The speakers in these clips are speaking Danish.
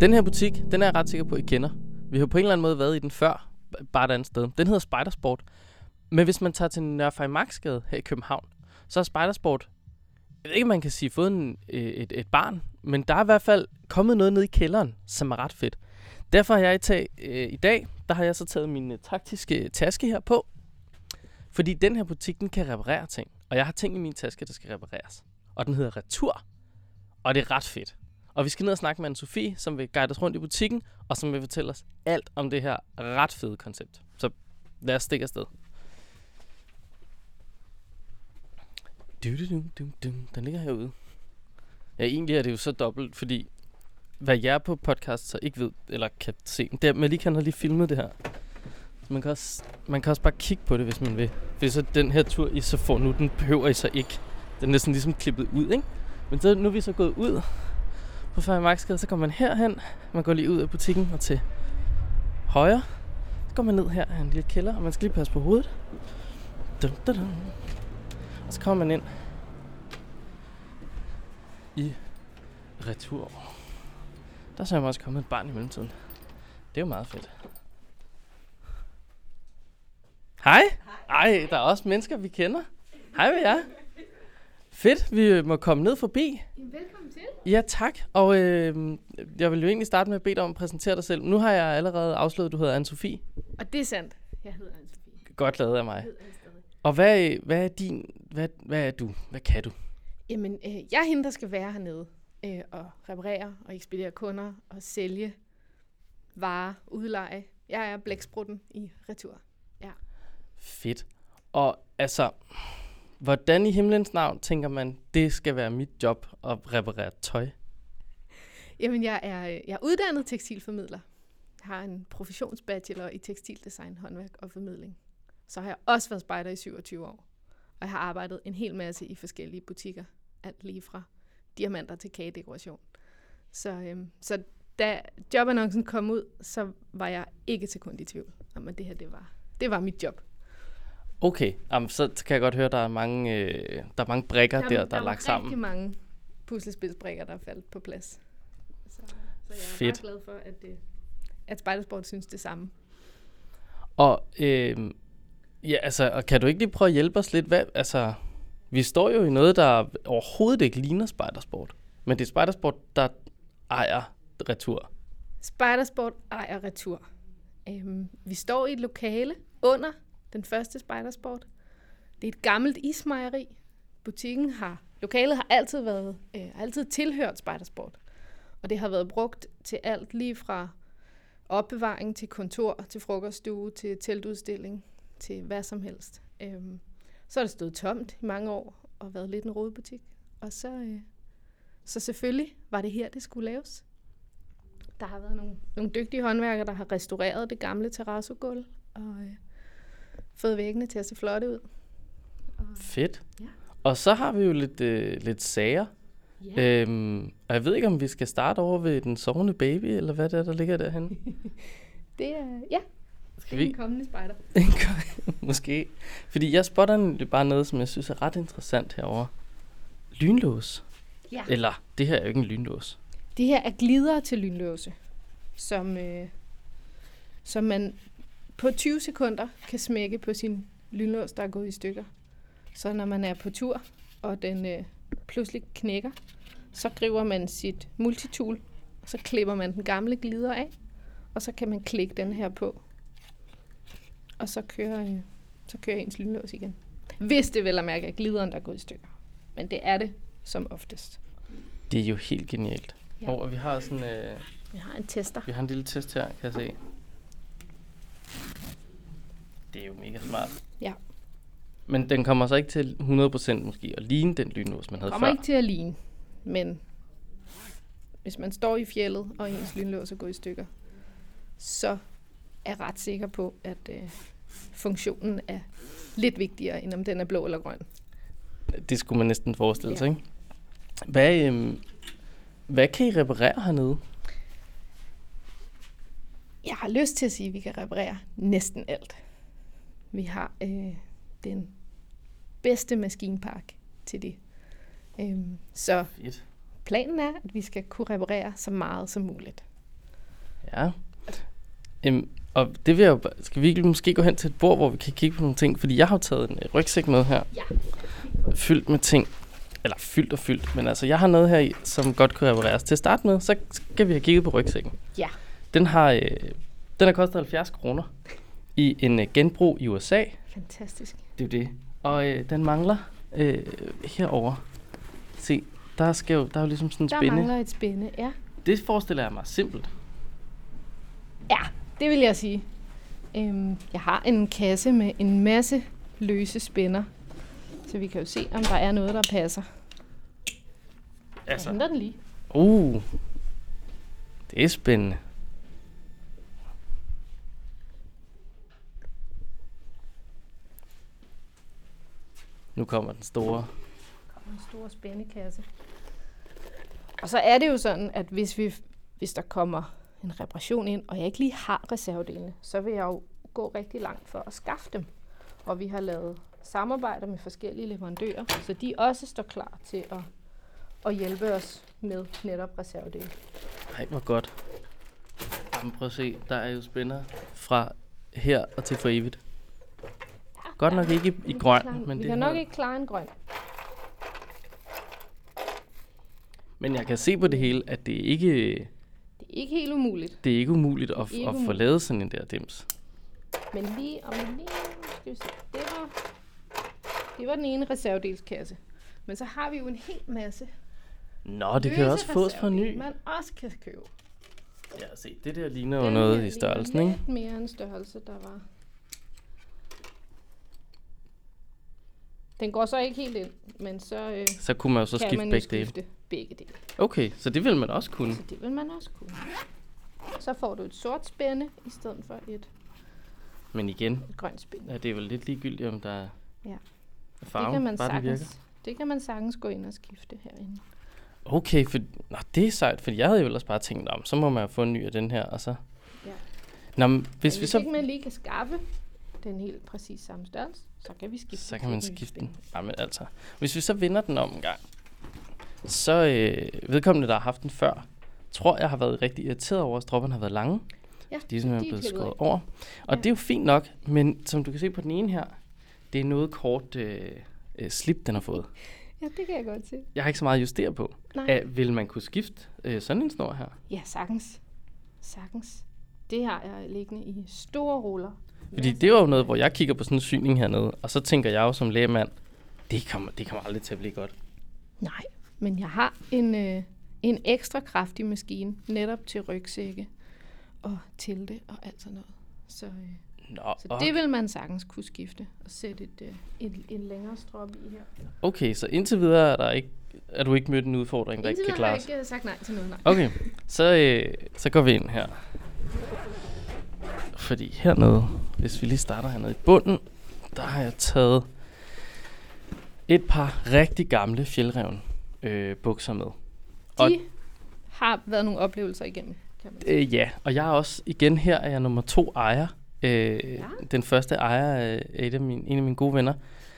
Den her butik, den er jeg ret sikker på, I kender. Vi har på en eller anden måde været i den før, bare et andet sted. Den hedder Spidersport. Men hvis man tager til Nørre Farimagsgade her i København, så er Spidersport, jeg ved ikke, om man kan sige, fået et barn, men der er i hvert fald kommet noget ned i kælderen, som er ret fedt. Derfor har jeg i dag, der har jeg så taget min taktiske taske her på, fordi den her butik, den kan reparere ting. Og jeg har ting i min taske, der skal repareres. Og den hedder Retur, og det er ret fedt. Og vi skal ned og snakke med Anne-Sophie, som vil guide os rundt i butikken, og som vil fortælle os alt om det her ret fede koncept. Så lad os stikke afsted. Den ligger herude. Ja, egentlig er det jo så dobbelt, fordi hvad jeg på podcast så ikke ved, eller kan se, det er, Malika har lige filmet det her. Så man kan også bare kigge på det, hvis man vil. Fordi så den her tur, I så får nu, den behøver I så ikke. Den er næsten ligesom klippet ud, ikke? Men så, nu er vi så gået ud på Farimagsgade, så går man herhen. Man går lige ud af butikken og til højre. Så går man ned her af en lille kælder, og man skal lige passe på hovedet. Og så kommer man ind i Retur. Der så er også kommet et barn i mellemtiden. Det er jo meget fedt. Hej. Ej, der er også mennesker, vi kender. Hej med jer. Fedt, vi må komme ned forbi. Velkommen til. Ja, tak. Og jeg vil jo egentlig starte med at bede dig om at præsentere dig selv. Nu har jeg allerede afsløret, at du hedder Anne-Sophie. Og det er sandt. Jeg hedder Anne-Sophie. Godt lavet af mig. Og hvad er du? Hvad kan du? Jamen, jeg er hende, der skal være hernede og reparere og ekspedere kunder og sælge varer, udleje. Jeg er blæksprutten i Retur. Ja. Fedt. Og altså, hvordan i himlens navn tænker man, det skal være mit job at reparere tøj? Jamen, jeg er uddannet tekstilformidler. Jeg har en professionsbachelor i tekstildesign, håndværk og formidling. Så har jeg også været spejder i 27 år. Og jeg har arbejdet en hel masse i forskellige butikker. Alt lige fra diamanter til kagedekoration. Så da jobannoncen kom ud, så var jeg ikke sekund i tvivl om, at det her, det var mit job. Okay, så kan jeg godt høre, at der er mange brikker der er lagt sammen. Der er rigtig mange puslespidsbrikker, der er faldet på plads. Så jeg er fedt. meget glad for, at Spidersport synes det samme. Og ja, altså, og kan du ikke lige prøve at hjælpe os lidt? Vi står jo i noget, der overhovedet ikke ligner Spidersport. Men det er Spidersport, der ejer Retur. Spidersport ejer Retur. Vi står i et lokale under den første Spidersport. Det er et gammelt ismejeri. Lokalet har altid tilhørt Spidersport. Og det har været brugt til alt lige fra opbevaring til kontor, til frokoststue, til teltudstilling, til hvad som helst. Så har det stået tomt i mange år og været lidt en rodebutik. Og så selvfølgelig var det her, det skulle laves. Der har været nogle dygtige håndværkere, der har restaureret det gamle terrazzogulv og fået væggene til at se flotte ud. Fedt. Ja. Og så har vi jo lidt sager. Ja. Og jeg ved ikke, om vi skal starte over ved den sovende baby, eller hvad det er, der ligger derhenne. Det er, ja. Skal vi? En kommende spejder. Måske. Fordi jeg spotter bare noget, som jeg synes er ret interessant herovre. Lynlås. Ja. Eller, det her er jo ikke en lynlås. Det her er glidere til lynlåse, som man på 20 sekunder kan smække på sin lynlås, der er gået i stykker. Så når man er på tur, og den pludselig knækker, så griber man sit multitool, og så klipper man den gamle glider af, og så kan man klikke den her på, og så kører ens lynlås igen. Hvis det vel at mærke er glideren, der er gået i stykker. Men det er det som oftest. Det er jo helt genialt. Ja. Og vi har sådan vi har en tester. Vi har en lille test her, kan jeg se. Det er jo mega smart. Ja. Men den kommer så ikke til 100% måske at ligne den lynlås, man havde før. Den kommer ikke til at ligne, men hvis man står i fjeldet, og ens lynlås er gået i stykker, så er jeg ret sikker på, at funktionen er lidt vigtigere, end om den er blå eller grøn. Det skulle man næsten forestille sig, ikke? Hvad kan I reparere hernede? Jeg har lyst til at sige, at vi kan reparere næsten alt. Vi har den bedste maskinpark til det. Så planen er, at vi skal kunne reparere så meget som muligt. Ja. Og det vil jeg jo... Skal vi måske gå hen til et bord, hvor vi kan kigge på nogle ting? Fordi jeg har taget en rygsæk med her. Ja. Fyldt med ting. Eller fyldt. Men altså, jeg har noget her i, som godt kunne repareres. Til at starte med, så skal vi have kigget på rygsækken. Ja. Den har kostet 70 kroner i en genbrug i USA. Fantastisk. Det er jo det. Og den mangler herover. Se, der er jo ligesom sådan en spænde. Der mangler et spænde, ja. Det forestiller jeg mig simpelt. Ja, det vil jeg sige. Jeg har en kasse med en masse løse spænder. Så vi kan jo se, om der er noget, der passer. Altså. Jeg henter den lige. Det er spændende. Nu kommer den store. En stor spændekasse. Og så er det jo sådan, at hvis der kommer en reparation ind, og jeg ikke lige har reservedelene, så vil jeg jo gå rigtig langt for at skaffe dem. Og vi har lavet samarbejder med forskellige leverandører, så de også står klar til at hjælpe os med netop reservedele. Ej, hvor godt. Jamen, prøv at se, der er jo spænder fra her og til for evigt. Ja, Godt nok ikke i grøn, men vi det kan nok ikke klare en grøn. Men jeg kan se på det hele, at det ikke... Det er ikke helt umuligt. Det er ikke umuligt at få lavet sådan en der dims. Men lige skal vi se, det var den ene reservedelskasse. Men så har vi jo en hel masse. Nå, det kan også fås fra ny. Man også kan købe. Ja, se, det der ligner jo noget i størrelsen, ikke? Lidt mere en størrelse, der var. Den går så ikke helt ind, men så kunne man jo så skifte begge dele. Okay, så det vil man også kunne. Så det vil man også kunne. Så får du et sort spænde i stedet for et grønt spænde. Ja, det er vel lidt ligegyldigt, om der er farve, det kan man bare virker. Det kan man sagtens gå ind og skifte herinde. Okay, det er sejt, for jeg havde jo ellers bare tænkt, så må man jo få en ny af den her, og så... Ja. Nå, men hvis ikke man lige kan skaffe den helt præcis samme størrelse, så kan vi skifte den. Så kan man skifte den. Jamen altså, hvis vi så vender den om en gang, så vedkommende, der har haft den før, tror jeg har været rigtig irriteret over, at stropperne har været lange. Ja, de er simpelthen blevet skåret over. Og det er jo fint nok, men som du kan se på den ene her, det er noget kort slip, den har fået. Ja, det kan jeg godt se. Jeg har ikke så meget at justere på. Vil man kunne skifte sådan en snor her? Ja, sagtens. Det har jeg liggende i store ruller. Fordi det er jo noget, hvor jeg kigger på sådan en syning hernede, og så tænker jeg jo som lægemand, det kommer aldrig til at blive godt. Nej, men jeg har en ekstra kraftig maskine netop til rygsække og telte og alt sådan noget. Så det vil man sagtens kunne skifte og sætte en længere strop i her. Okay, så indtil videre er du ikke mødt en udfordring, der ikke kan klares? Indtil videre har jeg ikke sagt nej til noget, nej. Okay, så går vi ind her. Fordi hernede, hvis vi lige starter hernede i bunden, der har jeg taget et par rigtig gamle Fjällräven bukser med. De har været nogle oplevelser igennem, kan man sige. Ja, og jeg er også, igen her er jeg nummer 2 ejer. Den første ejer er en af mine gode venner.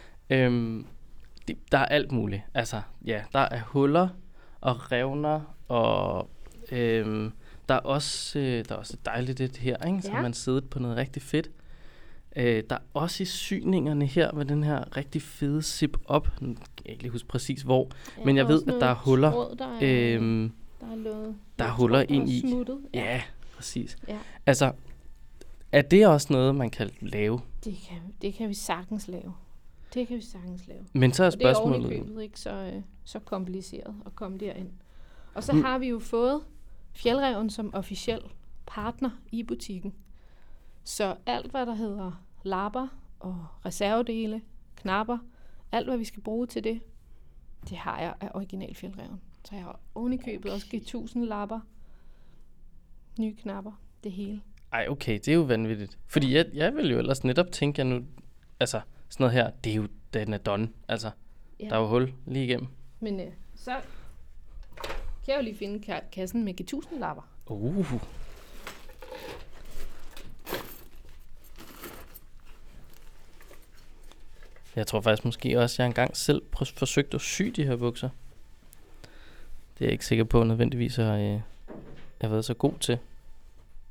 Der er alt muligt. Altså, ja, der er huller og revner, og der er også et dejligt det her, ikke? Så har man siddet på noget rigtig fedt. Der er også i syningerne her med den her rigtig fede zip-up. Jeg kan ikke lige huske præcis hvor, men jeg ved, at der er huller. Tråd, der er huller ind i. Smuttet. Ja, præcis. Ja. Altså, er det også noget, man kan lave? Det kan vi sagtens lave. Men så er spørgsmålet... Det er ovenikøbet ikke så kompliceret at komme derind. Og så har vi jo fået Fjällräven som officiel partner i butikken. Så alt, hvad der hedder lapper og reservedele, knapper, alt, hvad vi skal bruge til det har jeg af original Fjällräven. Så jeg har ovenikøbet også givet 1000 lapper, nye knapper, det hele. Ej, okay, det er jo vanvittigt. Fordi jeg vil jo ellers netop tænke, at nu, altså sådan noget her, det er jo, den er done. Altså, der er jo hul lige igennem. Men så kan jeg jo lige finde kassen med G1000 lapper. Jeg tror faktisk måske også, at jeg engang selv forsøgte at sy de her bukser. Det er jeg ikke sikker på nødvendigvis, at jeg har været så god til.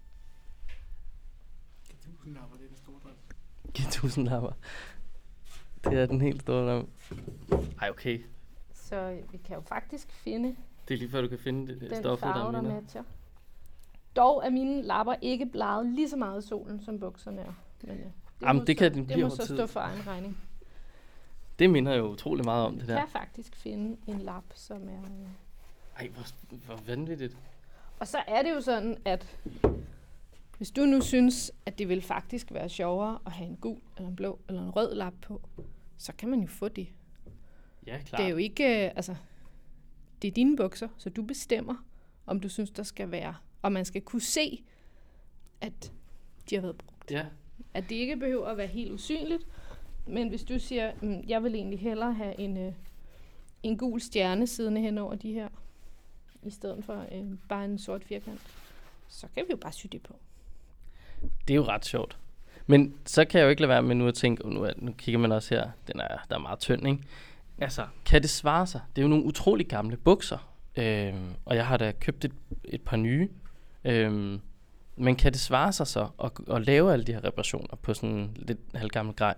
1000-lapper, det er den store drøm. Giv 1000 lapper. Det er den helt store drøm. Ej, okay. Så vi kan jo faktisk finde Det er lige før, du kan finde det den stoffet, farve, der der minder. matcher. Dog er mine lapper ikke bleget lige så meget i solen, som bukserne er. Men Jamen, det kan den det blive må over så tid. stå for egen regning. Det minder jo utrolig meget om det Jeg der. kan faktisk finde en lap, som er... Ej, hvor vanvittigt. Og så er det jo sådan, at hvis du nu synes, at det vil faktisk være sjovere at have en gul, eller en blå, eller en rød lap på, så kan man jo få det. Ja, klart. Det er jo ikke... det er dine bukser, så du bestemmer, om du synes, der skal være... Og man skal kunne se, at de har været brugt. Ja. At det ikke behøver at være helt usynligt, men hvis du siger, jeg vil egentlig hellere have en gul stjerne siddende hen over de her, i stedet for bare en sort firkant, så kan vi jo bare sy det på. Det er jo ret sjovt. Men så kan jeg jo ikke lade være med nu at tænke, nu kigger man også her, der er meget tynd, ikke? Altså, kan det svare sig? Det er jo nogle utrolig gamle bukser, og jeg har da købt et par nye. Men kan det svare sig så at lave alle de her reparationer på sådan en lidt halvgammel grej?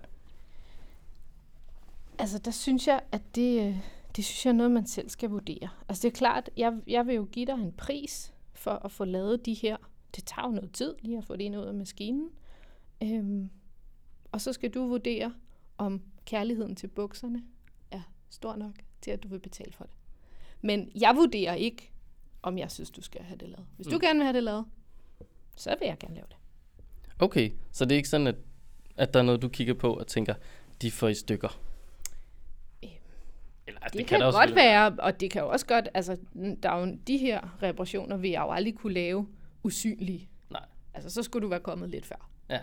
Altså, der synes jeg, at det synes jeg er noget, man selv skal vurdere. Altså, det er klart, jeg vil jo give dig en pris for at få lavet de her. Det tager jo noget tid lige at få det ind ud af maskinen. Og så skal du vurdere, om kærligheden til bukserne er stor nok til, at du vil betale for det. Men jeg vurderer ikke, om jeg synes, du skal have det lavet. Hvis du gerne vil have det lavet, så vil jeg gerne lave det. Okay, så det er ikke sådan, at der er noget, du kigger på og tænker, de får i stykker? Eller, Det kan godt være, og det kan jo også godt, altså der er jo de her reparationer, vil jeg jo aldrig kunne lave usynlige. Nej. Altså så skulle du være kommet lidt før. Ja.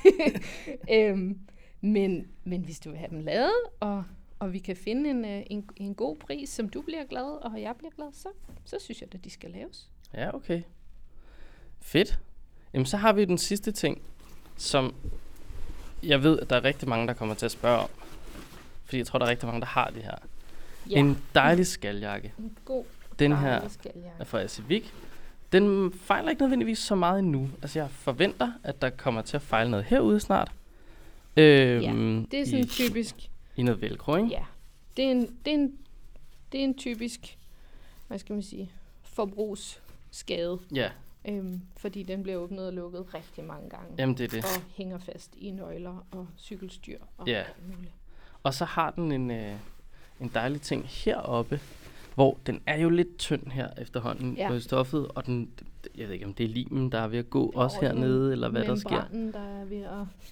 Men hvis du vil have dem lavet, og vi kan finde en god pris, som du bliver glad, og jeg bliver glad, så synes jeg, at de skal laves. Ja, okay. Fedt. Jamen, så har vi den sidste ting, som jeg ved, at der er rigtig mange, der kommer til at spørge om. Fordi jeg tror, der er rigtig mange, der har det her. Ja. En dejlig skaljakke. En god, Den her dejlig skaljakke. er fra Asivik. Den fejler ikke nødvendigvis så meget endnu. Altså, jeg forventer, at der kommer til at fejle noget herude snart. Ja, det er sådan typisk. I noget velcro, ikke? Ja, det er en typisk, hvad skal man sige, forbrugsskade. Ja, Fordi den bliver åbnet og lukket rigtig mange gange. jamen det er det. Og hænger fast i nøgler og cykelstyr og Ja. alt muligt. Og så har den en dejlig ting heroppe, hvor den er jo lidt tynd her efterhånden på stoffet, og den, jeg ved ikke, om det er limen, der er ved at gå også hernede, eller hvad der sker. Membranen, der er ved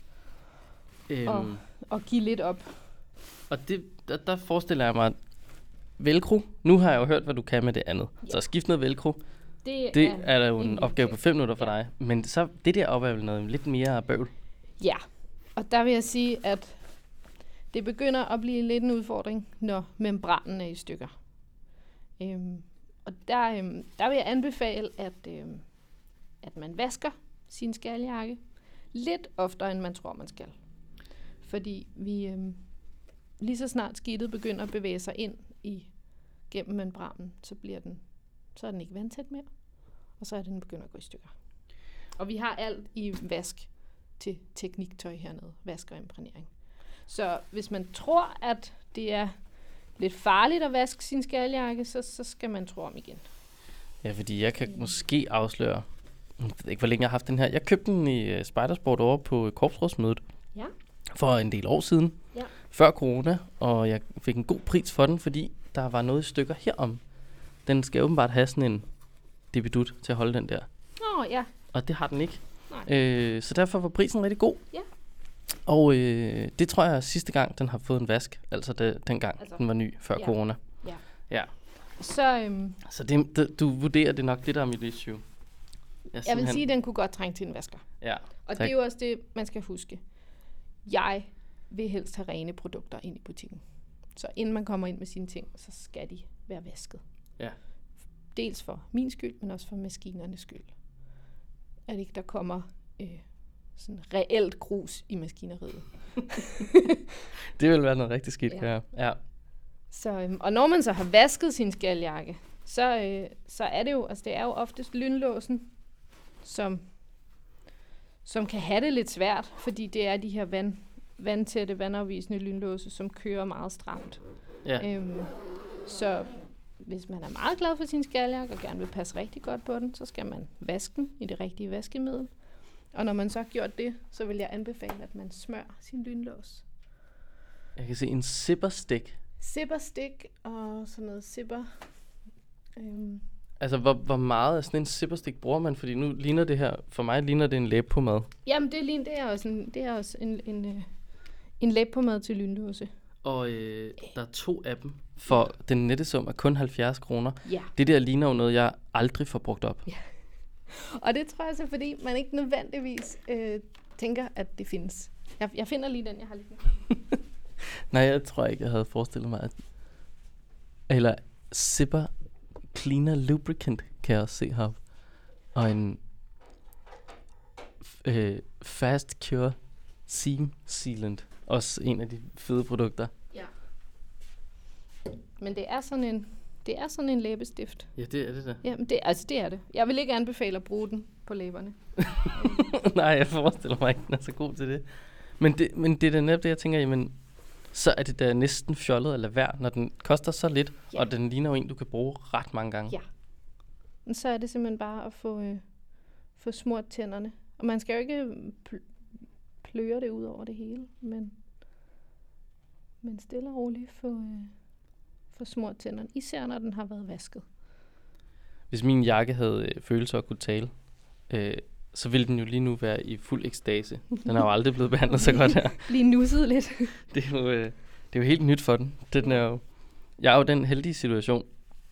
at give lidt op. Og der forestiller jeg mig, at velcro, nu har jeg jo hørt, hvad du kan med det andet. Ja. Så skift noget velcro, det er der jo en opgave på 5 minutter for dig. Men så det deroppe er vel noget lidt mere bøvl. Ja, og der vil jeg sige, at det begynder at blive lidt en udfordring, når membranen er i stykker. Og der vil jeg anbefale, at man vasker sin skaljakke lidt oftere, end man tror, man skal. Fordi vi lige så snart skidtet begynder at bevæge sig ind gennem membranen, så er den ikke vandtæt mere, og så er den begynder at gå i stykker. Og vi har alt i vask til tekniktøj hernede, vask og imprægnering. Så hvis man tror, at det er lidt farligt at vaske sin skaljakke, så skal man tro om igen. Ja, fordi jeg kan måske afsløre, jeg ved ikke, hvor længe jeg har haft den her. Jeg købte den i Spidersport over på korpsrådsmødet for en del år siden, før corona, og jeg fik en god pris for den, fordi der var noget i stykker herom. Den skal åbenbart have sådan en dibidut til at holde den der. Ja. Og det har den ikke. Nej. Så derfor var prisen rigtig god. Ja. Og det tror jeg er sidste gang, den har fået en vask. Altså dengang den var ny, før corona. Ja. Så du vurderer det nok, det der er mit issue. Jeg vil sige, at den kunne godt trænge til en vasker. Ja. Og det er jo også det, man skal huske. Jeg vil helst have rene produkter ind i butikken. Så inden man kommer ind med sine ting, så skal de være vasket. Ja. Dels for min skyld, men også for maskinernes skyld. At ikke der kommer sådan reelt grus i maskineriet. Det vil være noget rigtig skidt, ja. Så, og når man så har vasket sin skaljakke, så er det jo, altså det er jo oftest lynlåsen, som som kan have det lidt svært, fordi det er de her vandtætte, vandafvisende lynlåse, som kører meget stramt. Ja. Så hvis man er meget glad for sin skærjakke og gerne vil passe rigtig godt på den, så skal man vaske den i det rigtige vaskemiddel. Og når man så har gjort det, så vil jeg anbefale, at man smører sin lynlås. Jeg kan se en zipperstik. Zipperstik og sådan noget zipper. Altså, hvor meget af sådan en zipperstik bruger man? Fordi nu ligner det her, for mig ligner det en læbepomade. Jamen, det er også en læbepomade til lynlåse. Og der er 2 af dem, for den nette sum er kun 70 kroner. Ja. Det der ligner jo noget, jeg aldrig får brugt op. Ja. Og det tror jeg så, fordi man ikke nødvendigvis tænker, at det findes. Jeg finder lige den, jeg har liggende. Nej, jeg tror ikke, jeg havde forestillet mig, at... Eller Zipper Cleaner Lubricant kan jeg også se heroppe. Og en Fast Cure Seam Sealant. Også en af de fede produkter. Ja. Men det er sådan en læbestift. Ja, det er det da. Jamen, det er det. Jeg vil ikke anbefale at bruge den på læberne. Nej, jeg forestiller mig ikke, den er så god til det. Men det er da netop det, jeg tænker, jamen, så er det da næsten fjollet at lade være, når den koster så lidt, ja. Og den ligner jo en, du kan bruge ret mange gange. Ja. Men så er det simpelthen bare at få smurt tænderne. Og man skal jo ikke pløre det ud over det hele, men stille og roligt få smurt tænderne, især når den har været vasket. Hvis min jakke havde følelser og kunne tale, så ville den jo lige nu være i fuld ekstase. Den er jo aldrig blevet behandlet så godt her. Lige nusset lidt. Det er jo helt nyt for den. Jeg er jo den heldige situation,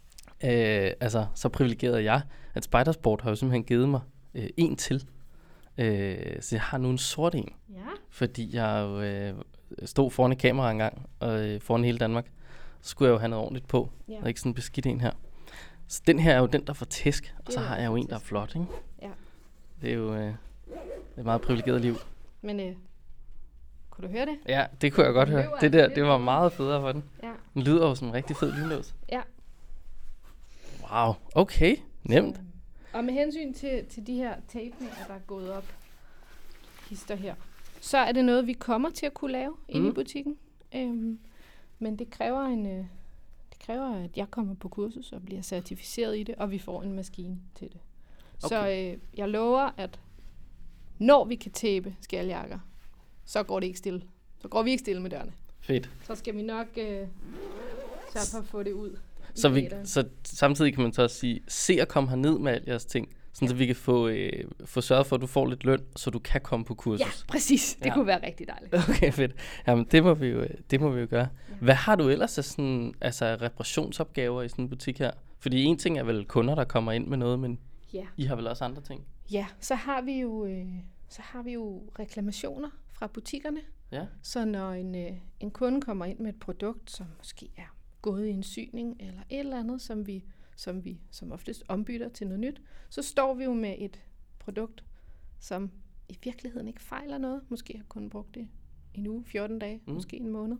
så privilegeret jeg, at Spidersport har jo simpelthen givet mig en til. Så jeg har nu en sort en. Ja. Fordi jeg jo stod foran et kamera engang, og foran hele Danmark. Så skulle jeg jo have noget ordentligt på, ja. Og ikke sådan en beskidt en her. Så den her er jo den, der får tæsk, og så har jeg jo en, der er flot, ikke? Ja. Det er jo et meget privilegeret liv. Men kunne du høre det? Ja, det kunne jeg godt høre. Det var meget federe for den. Ja. Den lyder jo som en rigtig fed lynlås. Ja. Wow, okay, nemt. Og med hensyn til de her tapninger, der er gået op, hister her, så er det noget, vi kommer til at kunne lave inde i butikken. Men det kræver, at jeg kommer på kursus og bliver certificeret i det, og vi får en maskine til det. Okay. Så jeg lover, at når vi kan tape skærjakker, så går det ikke stille. Så går vi ikke stille med dørene. Fedt. Så skal vi nok sørge for at få det ud. Så samtidig kan man så også sige, se at komme herned med alle jeres ting, sådan så vi kan få sørget for, at du får lidt løn, så du kan komme på kursus. Ja, præcis. Det kunne være rigtig dejligt. Okay, fedt. Jamen, det må vi jo gøre. Ja. Hvad har du ellers af sådan, reparationsopgaver i sådan en butik her? Fordi en ting er vel kunder, der kommer ind med noget, men I har vel også andre ting? Ja, så har vi jo reklamationer fra butikkerne. Ja. Så når en kunde kommer ind med et produkt, som måske er gået i en syning eller et eller andet, som vi som oftest ombytter til noget nyt, så står vi jo med et produkt, som i virkeligheden ikke fejler noget. Måske har kun brugt det en uge, 14 dage, måske en måned.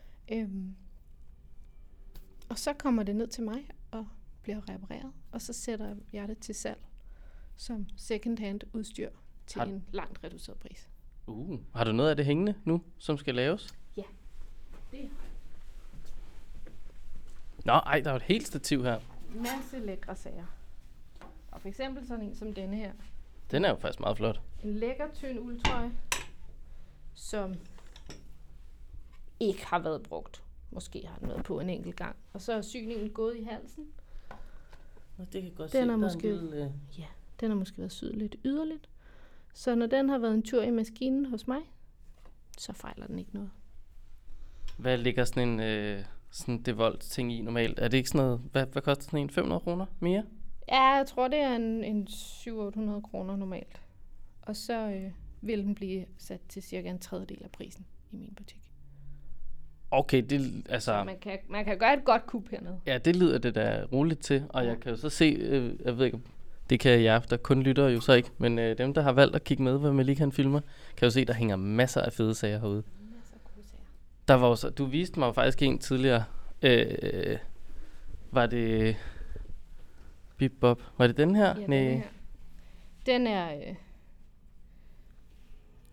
Og så kommer det ned til mig og bliver repareret, og så sætter jeg det til salg som second-hand udstyr til en langt reduceret pris. Har du noget af det hængende nu, som skal laves? Ja, det Nå, ej, der er et helt stativ her. Masse lækre sager. Og for eksempel sådan en som denne her. Den er jo faktisk meget flot. En lækker tynd uldtrøje, som ikke har været brugt. Måske har den været på en enkelt gang. Og så er syningen gået i halsen. Det kan godt den har måske været syet lidt yderligt. Så når den har været en tur i maskinen hos mig, så fejler den ikke noget. Hvad ligger sådan en sådan DeWalt ting i normalt? Er det ikke sådan noget, hvad koster sådan en? 500 kroner mere? Ja, jeg tror det er en 700-800 kroner normalt. Og så vil den blive sat til cirka en tredjedel af prisen i min butik. Okay, det altså... Man kan gøre et godt kup hernede. Ja, det lyder det da roligt til, og jeg kan jo så se, jeg ved ikke, det kan jeg, der kun lytter jo så ikke, men dem, der har valgt at kigge med, hvad Melikan filmer, kan jo se, der hænger masser af fede sager herude. Masser af gode sager. Der var også, du viste mig jo faktisk en tidligere, var det Bip Bob? Var det den her? Ja, den her. Den er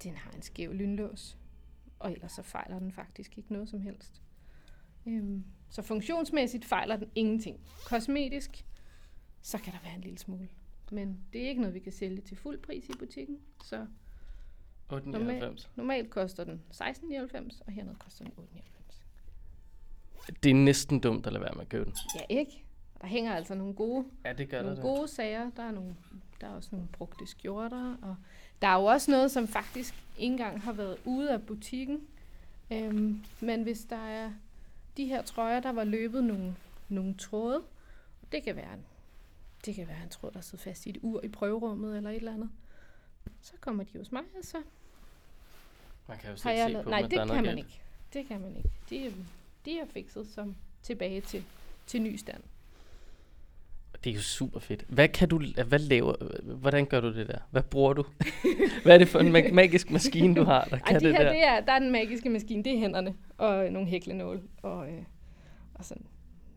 Den har en skæv lynlås, og ellers så fejler den faktisk ikke noget som helst. Så funktionsmæssigt fejler den ingenting. Kosmetisk, så kan der være en lille smule. Men det er ikke noget, vi kan sælge til fuld pris i butikken. Så 8,99. normalt koster den 16,99, og hernede koster den 8,99. Det er næsten dumt at lade være med at købe den. Ja, ikke? Der hænger altså nogle gode, Ja, det gør nogle gode sager. Der er også nogle brugte skjorter, og der er jo også noget, som faktisk ikke engang har været ude af butikken. Men hvis der er de her trøjer, der var løbet nogle tråde, det kan være en tråd, der sidder fast i et ur i prøverummet eller et eller andet. Så kommer de hos mig, og så Man kan jo har jeg se på, nej, at det der er kan noget man galt. ikke. Det kan man ikke. De er fikset som tilbage til ny stand. Det er jo super fedt. Hvordan gør du det der? Hvad bruger du? Hvad er det for en magisk maskine, du har, der kan det der? Der er den magiske maskine, det er hænderne og nogle hæklenåle og sådan.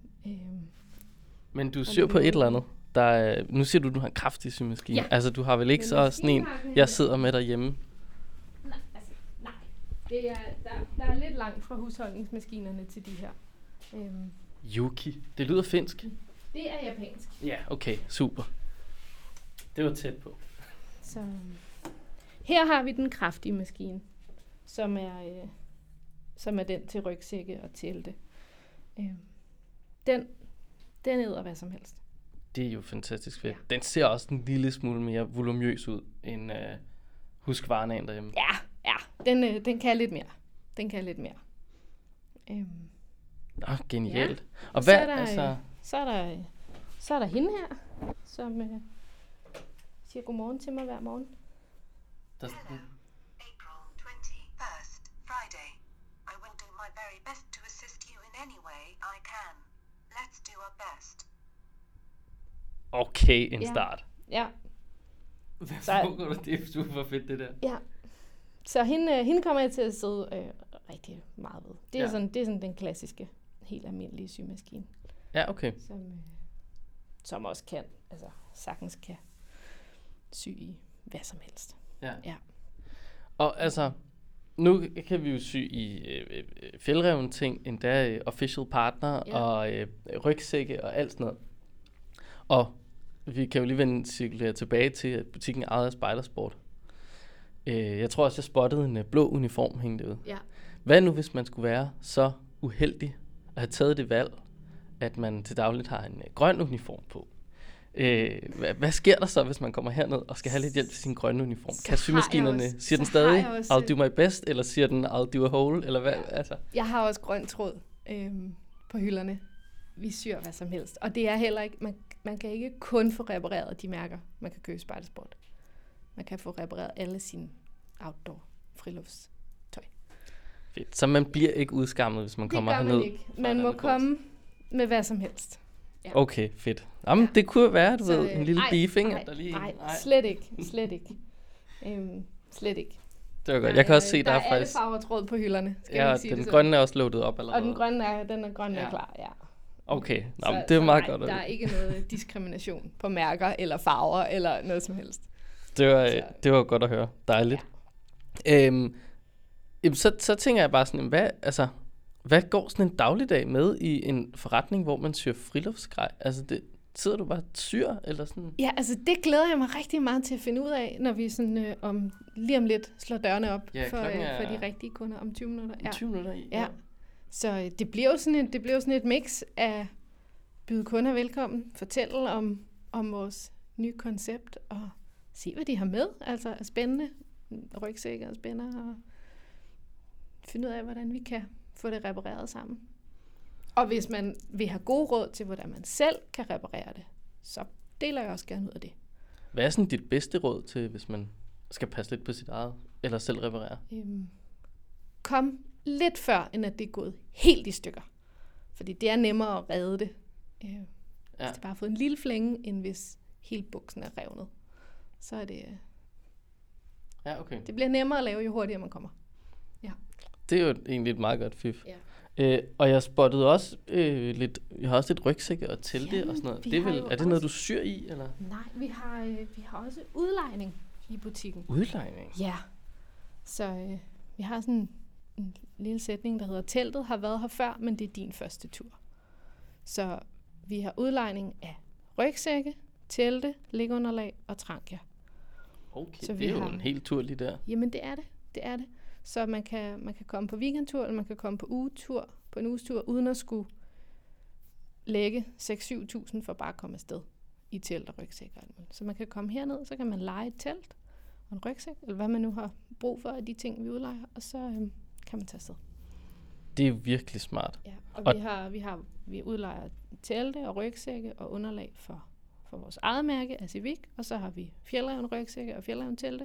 Men du syr på et eller andet. Nu siger du har en kraftig symaskine. Ja. Altså, du har vel ikke så sådan en, jeg sidder med derhjemme? Nej. Det er, der er lidt langt fra husholdningsmaskinerne til de her. Yuki. Det lyder finsk. Det er japansk. Ja, okay. Super. Det var tæt på. Så her har vi den kraftige maskine, som er den til rygsække og telte. Den æder hvad som helst. Det er jo fantastisk fedt. Ja. Den ser også en lille smule mere volumøs ud end Husqvarnaen derhjemme. Ja. Den kan lidt mere. Nå, genialt. Ja. Og så hvad, er der, altså... Så er der hende her, som siger godmorgen til mig hver morgen. Der, April 21st, Friday. I will do my very best to assist you in any way I can. Let's do our best. okay, en Ja. start. Ja, Hvad Så- foregår der? Det er super fedt, det der. ja. Så hende kommer jeg til at sidde rigtig meget ved. Det er, Ja. det er sådan den klassiske, helt almindelige symaskine, Ja, okay. som også kan, altså sagtens kan sy i hvad som helst. Ja. Ja. Og altså, nu kan vi jo sy i fjeldreven ting, endda official partner Ja. og rygsække og alt sådan noget. Og vi kan jo lige cirkulere tilbage til, at butikken ejede af Spejdersport. Jeg tror også, jeg spottede en blå uniform hængende derude. Ja. Hvad nu, hvis man skulle være så uheldig at have taget det valg, at man til dagligt har en grøn uniform på? Hvad sker der så, hvis man kommer herned og skal have lidt hjælp til sin grønne uniform? Så Kan har symaskinerne, jeg også- siger den så har stadig, jeg også- I'll do my best, eller siger den, I'll do a whole, eller hvad? Ja. Altså, Jeg har også grøn tråd på hylderne. Vi syr hvad som helst. Og det er heller ikke, man kan ikke kun få repareret de mærker, man kan købe i Spejdersport. Man kan få repareret alle sine outdoor friluftstøj. fedt. Så man bliver ikke udskammet, hvis man Det kommer gør herned? man ikke. Man må komme med hvad som helst. Ja. Okay, fedt. Jamen, Ja. det kunne jo være, du Så, ved, en lille beefing. Nej, der lige, nej, slet ikke. Slet ikke. Slet ikke. Det var godt. Jeg kan også se, der er alle faktisk... farver tråd på hylderne. Skal Ja, vi sige den det sådan? grønne er også loadet op allerede. Og den er grønne Ja. er klar, ja. Okay, nå, men Så- det er så meget nej, godt. Der er ikke noget diskrimination på mærker eller farver eller noget som helst. Det var godt at høre. Dejligt. Jamen, så tænker jeg bare sådan, hvad går sådan en dagligdag med i en forretning, hvor man syr friluftsgrej? Altså, sidder du bare og syr, eller sådan? Ja, altså det glæder jeg mig rigtig meget til at finde ud af, når vi sådan, lige om lidt slår dørene op Ja, for klokken er- de rigtige kunder om 20 minutter. Ja. 20 minutter i? Ja. Så det bliver jo sådan et mix af byde kunder velkommen, fortælle om vores nye koncept og se, hvad de har med. Altså spændende rygsække og spænder og finde ud af, hvordan vi kan få det repareret sammen. Og hvis man vil have gode råd til, hvordan man selv kan reparere det, så deler jeg også gerne ud af det. Hvad er sådan dit bedste råd til, hvis man skal passe lidt på sit eget, eller selv reparere? Kom lidt før, end at det er gået helt i stykker. Fordi det er nemmere at redde det. Hvis det bare har fået en lille flænge, end hvis hele buksen er revnet. Så er det... Ja, okay. Det bliver nemmere at lave, jo hurtigere man kommer. Ja. Det er jo egentlig et meget godt fif. Ja. Og jeg spottede også jeg har også lidt rygsække og telte Jamen, og sådan noget. vi Det er, har vel, jo er det noget, også- du syr i, eller? Nej, vi har også udlejning i butikken. Udlejning? Ja. Så vi har sådan en lille sætning, der hedder, teltet har været her før, men det er din første tur. Så vi har udlejning af rygsække, telte, liggeunderlag og trankia. Okay, Så det vi er jo har- en helt tur lige der. Jamen det er det. Det er det. Så man kan komme på weekendtur, eller man kan komme på en ugestur, uden at skulle lægge 6-7.000 for bare at komme afsted i telt og rygsæk. Og alt muligt. Så man kan komme herned, så kan man leje et telt og en rygsæk, eller hvad man nu har brug for af de ting, vi udlejer, og så kan man tage afsted. Det er virkelig smart. Ja, og Og- vi udlejer telte og rygsække og underlag for vores eget mærke, Asivik, og så har vi Fjällräven rygsække og Fjällräven telte.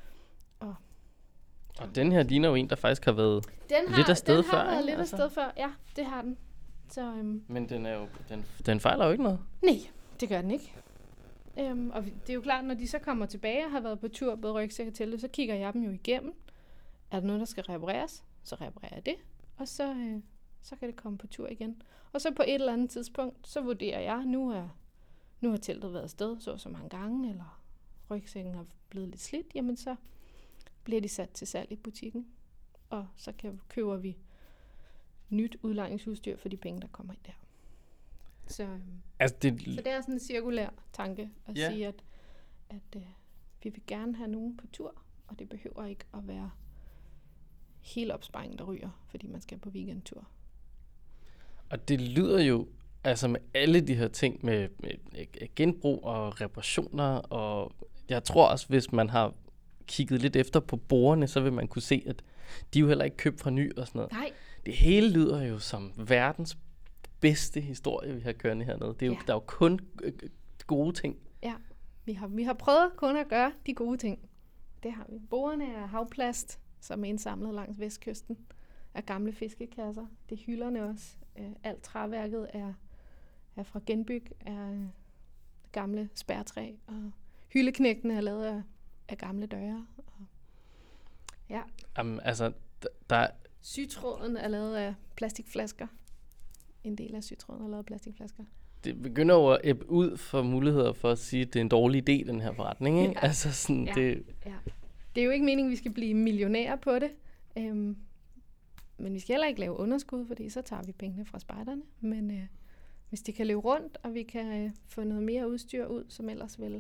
Og den her ligner jo en, der faktisk har været... Den Lidt afsted den før, har været ikke? lidt Altså. afsted før, ja, det har den. Så Men den er jo... Den fejler jo ikke noget. nej, det gør den ikke. Og det er jo klart, når de så kommer tilbage og har været på tur, både rygsæk og telte, så kigger jeg dem jo igennem. Er der noget, der skal repareres, så reparerer jeg det, og så kan det komme på tur igen. Og så på et eller andet tidspunkt, så vurderer jeg, nu har teltet været afsted så mange gange, eller rygsækken har blevet lidt slidt, jamen så bliver de sat til salg i butikken, og så køber vi nyt udlejningsudstyr for de penge, der kommer ind der. Så Altså, det er sådan en cirkulær tanke at Ja. sige, at vi vil gerne have nogen på tur, og det behøver ikke at være hele opsparingen, der ryger, fordi man skal på weekendtur. Og det lyder jo, altså med alle de her ting med genbrug og reparationer, og jeg tror også, hvis man har kigget lidt efter på bordene, så vil man kunne se, at de er jo heller ikke købt fra ny og sådan noget. Nej, Det hele lyder jo som verdens bedste historie, vi har kørende hernede. Det er jo, Ja. Der er jo kun gode ting. ja. Vi har prøvet kun at gøre de gode ting. Det har vi. Bordene er havplast, som er indsamlet langs vestkysten af gamle fiskekasser. Det er hylderne også. Alt træværket er fra genbyg af gamle spærtræ, og hyldeknægtene er lavet af gamle døre. Og ja, Altså, der er... sytråden er lavet af plastikflasker. En del af sytråden er lavet af plastikflasker. Det begynder jo at ebbe ud for muligheder for at sige, at det er en dårlig idé, den her forretning, ikke? Ja. Altså sådan, Ja. det... Ja. Det er jo ikke meningen, at vi skal blive millionærer på det. Men vi skal heller ikke lave underskud, fordi så tager vi pengene fra spejderne. Men hvis de kan løbe rundt, og vi kan få noget mere udstyr ud, som ellers vil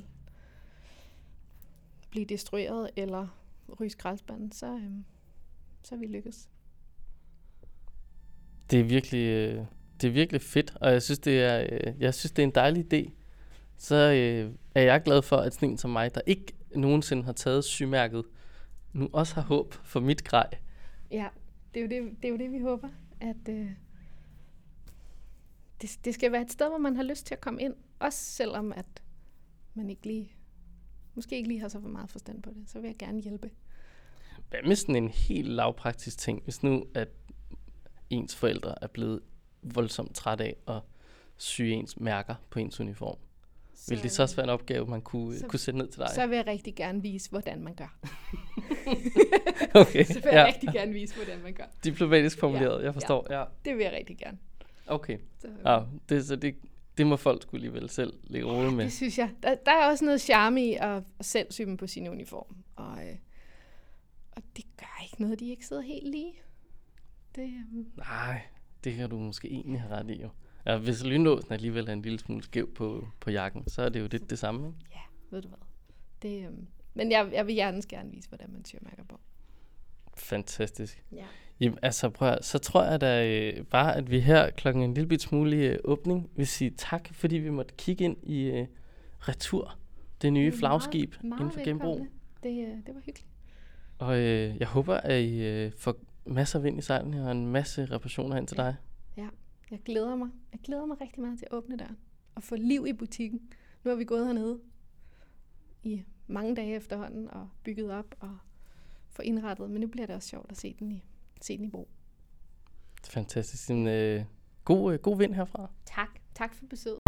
blive destrueret eller ryge skraldespanden, så er vi lykkes. Det er virkelig fedt, og jeg synes, det er en dejlig idé. Så er jeg glad for, at sådan en som mig, der ikke nogensinde har taget sygmærket, nu også har håb for mit grej. Ja, det er jo det, vi håber. At det skal være et sted, hvor man har lyst til at komme ind. Også selvom at man måske ikke lige har så for meget forstand på det. Så vil jeg gerne hjælpe. Hvad med sådan en helt lavpraktisk ting, hvis nu at ens forældre er blevet voldsomt træt af at sy ens mærker på ens uniform? Vil det så også være en opgave, man kunne sætte ned til dig? Så vil jeg rigtig gerne vise, hvordan man gør. Okay, Så vil jeg rigtig gerne vise, hvordan man gør. Diplomatisk formuleret, jeg forstår. Ja. Det vil jeg rigtig gerne. Okay, Så, det må folk skulle alligevel selv lægge råd med. det synes jeg. Der er også noget charme i at selv sy dem på sin uniform. Og det gør ikke noget, de ikke sidder helt lige. Nej, det kan du måske egentlig have ret i jo. Ja, hvis lynlåsen alligevel er en lille smule skæv på jakken, så er det jo lidt det samme, ikke? Ja, ved du hvad. Men jeg vil gerne vise, hvordan man syr mærker på. Fantastisk. Ja. Jamen, altså prøv at, så tror jeg da bare, at vi her klokken en lille bit smule åbning vil sige tak, fordi vi måtte kigge ind i Retur, det nye flagskib inden for genbrug. Det var hyggeligt. Og jeg håber, at I får masser af vind i sejlene og en masse reparationer hen til dig. Ja, jeg glæder mig. Jeg glæder mig rigtig meget til at åbne døren og få liv i butikken. Nu har vi gået hernede i mange dage efterhånden og bygget op og få indrettet, men nu bliver det også sjovt at se den i brug. Fantastisk. God vind herfra. Tak for besøget.